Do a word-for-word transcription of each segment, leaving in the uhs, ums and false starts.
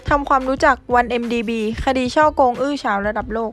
ทำความรู้จัก วัน เอ็ม ดี บี คดีฉ้อโกงอื้อฉาวระดับโลก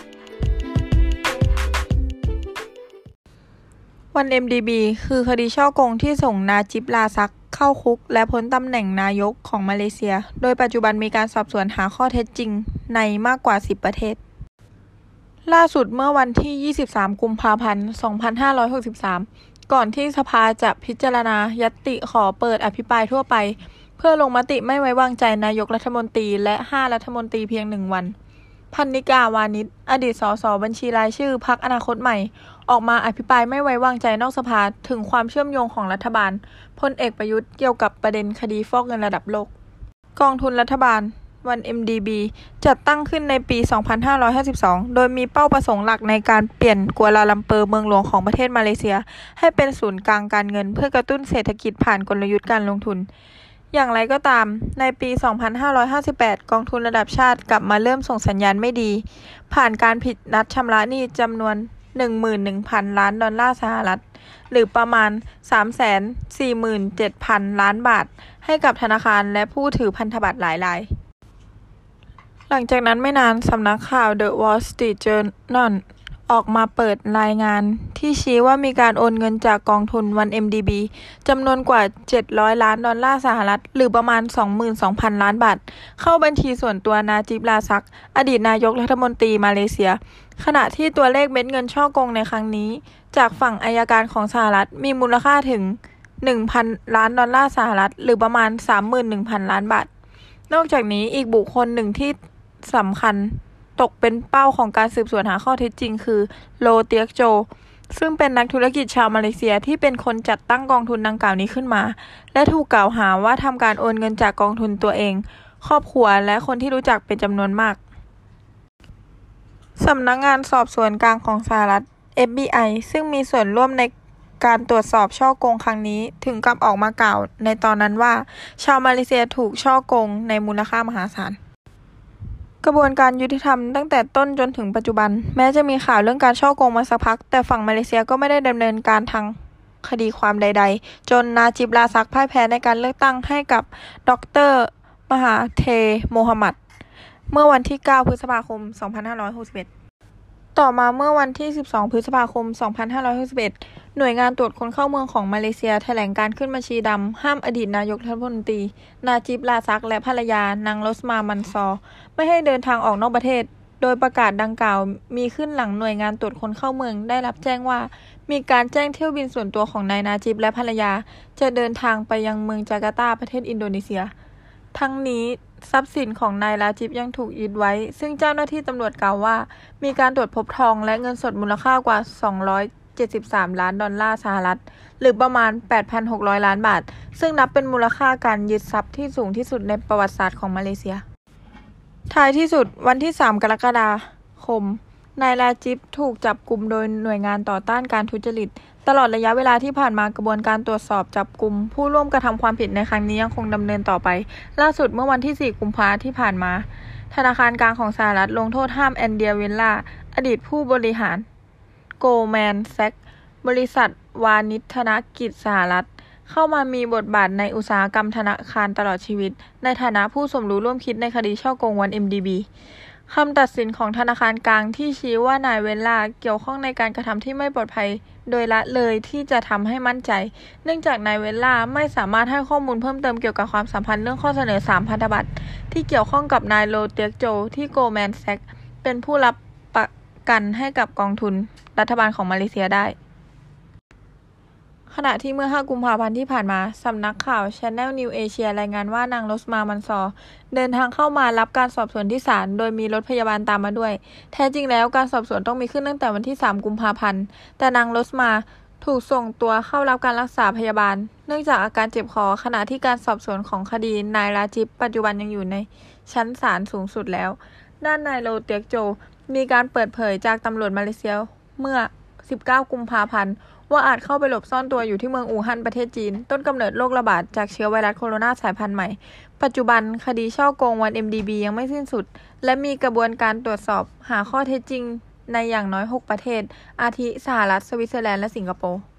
วัน เอ็ม ดี บี คือคดีฉ้อโกงที่ส่งนาจิบ ราซักเข้าคุกและพ้นตำแหน่งนายกของมาเลเซีย โดยปัจจุบันมีการสอบสวนหาข้อเท็จจริงในมากกว่า สิบ ประเทศ ล่าสุดเมื่อวันที่ ยี่สิบสาม กุมภาพันธ์ สองพันห้าร้อยหกสิบสาม ก่อนที่สภาจะพิจารณาญัตติขอเปิดอภิปรายทั่วไป เพื่อลงมติไม่ไว้วางใจนายกรัฐมนตรีและ ห้า รัฐมนตรีเพียงหนึ่งวัน พันนิกาวานิช อดีตสสบัญชีรายชื่อพรรคอนาคตใหม่ ออกมาอภิปรายไม่ไว้วางใจนอกสภาถึงความเชื่อมโยงของรัฐบาลพลเอกประยุทธ์เกี่ยวกับประเด็นคดีฟอกเงินระดับโลก กองทุนรัฐบาล วัน เอ็ม ดี บี จัดตั้งขึ้นในปี สองพันห้าร้อยห้าสิบสอง โดยมีเป้าประสงค์หลักในการเปลี่ยนกัวลาลัมเปอร์เมืองหลวงของประเทศมาเลเซียให้เป็นศูนย์กลางการเงินเพื่อกระตุ้นเศรษฐกิจผ่านกลยุทธ์การลงทุน อย่างไรก็ตาม ในปี สองพันห้าร้อยห้าสิบแปด กองทุนระดับชาติกลับมาเริ่มส่งสัญญาณไม่ดี ผ่านการผิดนัดชำระหนี้จำนวน หนึ่งหมื่นหนึ่งพัน ล้านดอลลาร์สหรัฐ หรือประมาณ สามแสนสี่หมื่นเจ็ดพัน ล้านบาท ให้กับธนาคารและผู้ถือพันธบัตรหลายราย หลังจากนั้นไม่นานสำนักข่าว The Wall Street Journal ออกมาเปิดรายงานที่ชี้ว่ามีการโอนเงินจากกองทุน วัน เอ็ม ดี บี จำนวนกว่า เจ็ดร้อย ล้านดอลลาร์สหรัฐ หรือประมาณ สองหมื่นสองพัน ล้านบาท เข้าบัญชีส่วนตัวนาจิบ ราซัก อดีตนายกรัฐมนตรีมาเลเซีย ขณะที่ตัวเลขเม็ดเงินฉ้อโกงในครั้งนี้ จากฝั่งอัยการของสหรัฐมีมูลค่าถึง หนึ่งพัน ล้านดอลลาร์สหรัฐ หรือประมาณ สามหมื่นหนึ่งพัน ล้านบาท นอกจากนี้อีกบุคคลหนึ่งที่สำคัญตกเป็นเป้าของการสืบสวนหาข้อเท็จจริงคือโลเตียกโจซึ่งเป็นนักธุรกิจชาวมาเลเซียที่เป็นคนจัดตั้งกองทุนดังกล่าวนี้ขึ้นมาและถูกกล่าวหาว่าทำการโอนเงินจากกองทุนตัวเองครอบครัวและคนที่รู้จักเป็นจำนวนมากสำนักงานสอบสวนกลางของสหรัฐ เอฟ บี ไอ ซึ่งมีส่วนร่วมในการตรวจสอบฉ้อโกงครั้งนี้ถึงกับออกมากล่าวในตอนนั้นว่าชาวมาเลเซียถูกฉ้อโกงในมูลค่ามหาศาลกระบวนการยุติธรรมตั้งแต่ต้นจนถึงปัจจุบันแม้จะมีข่าวเรื่องการฉ้อโกงมาสักพักแต่ฝั่งมาเลเซียก็ไม่ได้ดำเนินการทางคดีความใดๆจนนาจิบ ราซักพ่ายแพ้ในการเลือกตั้งให้กับดร.มหาเทโมฮัมหมัดเมื่อวันที่ เก้า พฤษภาคม สองพันห้าร้อยหกสิบเอ็ด ต่อมาเมื่อวันที่ สิบสอง พฤษภาคม สองพันห้าร้อยหกสิบเอ็ด หน่วยงานตรวจคนเข้าเมืองของมาเลเซียแถลงการขึ้นบัญชีดำห้ามอดีตนายกรัฐมนตรีนาจิบ ราซักและภรรยานางโรสมา มันซอร์ไม่ให้เดินทางออกนอกประเทศโดยประกาศดังกล่าวมีขึ้นหลังหน่วยงานตรวจคนเข้าเมืองได้รับแจ้งว่ามีการแจ้งเที่ยวบินส่วนตัวของนายนาจิบและภรรยาจะเดินทางไปยังเมืองจาการ์ตาประเทศอินโดนีเซียทั้งนี้ทรัพย์สินของนายราจิบยังถูกยึดไว้ซึ่งเจ้าหน้าที่ตำรวจกล่าวว่ามีการตรวจพบทองและเงินสดมูลค่ากว่าสองร้อยเจ็ดสิบสามล้านดอลลาร์สหรัฐหรือประมาณ แปดพันหกร้อย ล้านบาทซึ่งนับเป็นมูลค่าการยึดทรัพย์ที่สูงที่สุดในประวัติศาสตร์ของมาเลเซียท้ายที่สุดวันที่ สาม กรกฎาคมนายราจิบถูกจับกุมโดยหน่วยงานต่อต้านการทุจริตตลอดระยะเวลาที่ผ่านมากระบวนการตรวจสอบจับกุมผู้ร่วมกระทำความผิดในครั้งนี้ยังคงดำเนินต่อไปล่าสุดเมื่อวันที่ สี่ กุมภาพันธ์ที่ผ่านมาธนาคารกลางของสหรัฐลงโทษห้ามแอนเดีย เวนล่าอดีตผู้บริหารโกลแมนแซกส์บริษัทวานิชธนกิจสหรัฐเข้ามามีบทบาทในอุตสาหกรรมธนาคารตลอดชีวิตในฐานะผู้สมรู้ร่วมคิดในคดีฉ้อโกง วัน เอ็ม ดี บี คำตัดสินของธนาคารกลางที่ชี้ว่านายเวนล่าเกี่ยวข้องในการกระทำที่ไม่ปลอดภัยโดยละเลยที่จะทำให้มั่นใจเนื่องจากนายเวนล่าไม่สามารถให้ข้อมูลเพิ่มเติมเกี่ยวกับความสัมพันธ์เรื่องข้อเสนอสามพันธบัตรที่เกี่ยวข้องกับนายโลเตียกโจที่โกลแมนแซกส์เป็นผู้รับประกันให้กับกองทุนรัฐบาลของมาเลเซียได้ขณะที่เมื่อ ห้า กุมภาพันธ์ที่ผ่านมาสำนักข่าว Channel News Asia รายงานว่านางโรสมา มันซอร์เดินทางเข้ามารับการสอบสวนที่ศาลโดยมีรถพยาบาลตามมาด้วยแท้จริงแล้วการสอบสวนต้องมีขึ้นตั้งแต่วันที่ สาม กุมภาพันธ์แต่นางโรสมาถูกส่งตัวเข้ารับการรักษาพยาบาลเนื่องจากอาการเจ็บคอขณะที่การสอบสวนของคดีนายราจิบปัจจุบันยังอยู่ในชั้นศาลสูงสุดแล้วด้านนายโลเตียกโจมีการเปิดเผยจากตำรวจมาเลเซียเมื่อ สิบเก้า กุมภาพันธ์ว่าอาจเข้าไปหลบซ่อนตัวอยู่ที่เมืองอู่ฮั่นประเทศจีนต้นกำเนิดโรคระบาดจากเชื้อไวรัสโคโรนาสายพันธุ์ใหม่ปัจจุบันคดีฉ้อโกง วัน เอ็ม ดี บี ยังไม่สิ้นสุดและมีกระบวนการตรวจสอบหาข้อเท็จจริงในอย่างน้อยหกประเทศอาทิสหรัฐสวิตเซอร์แลนด์และสิงคโปร์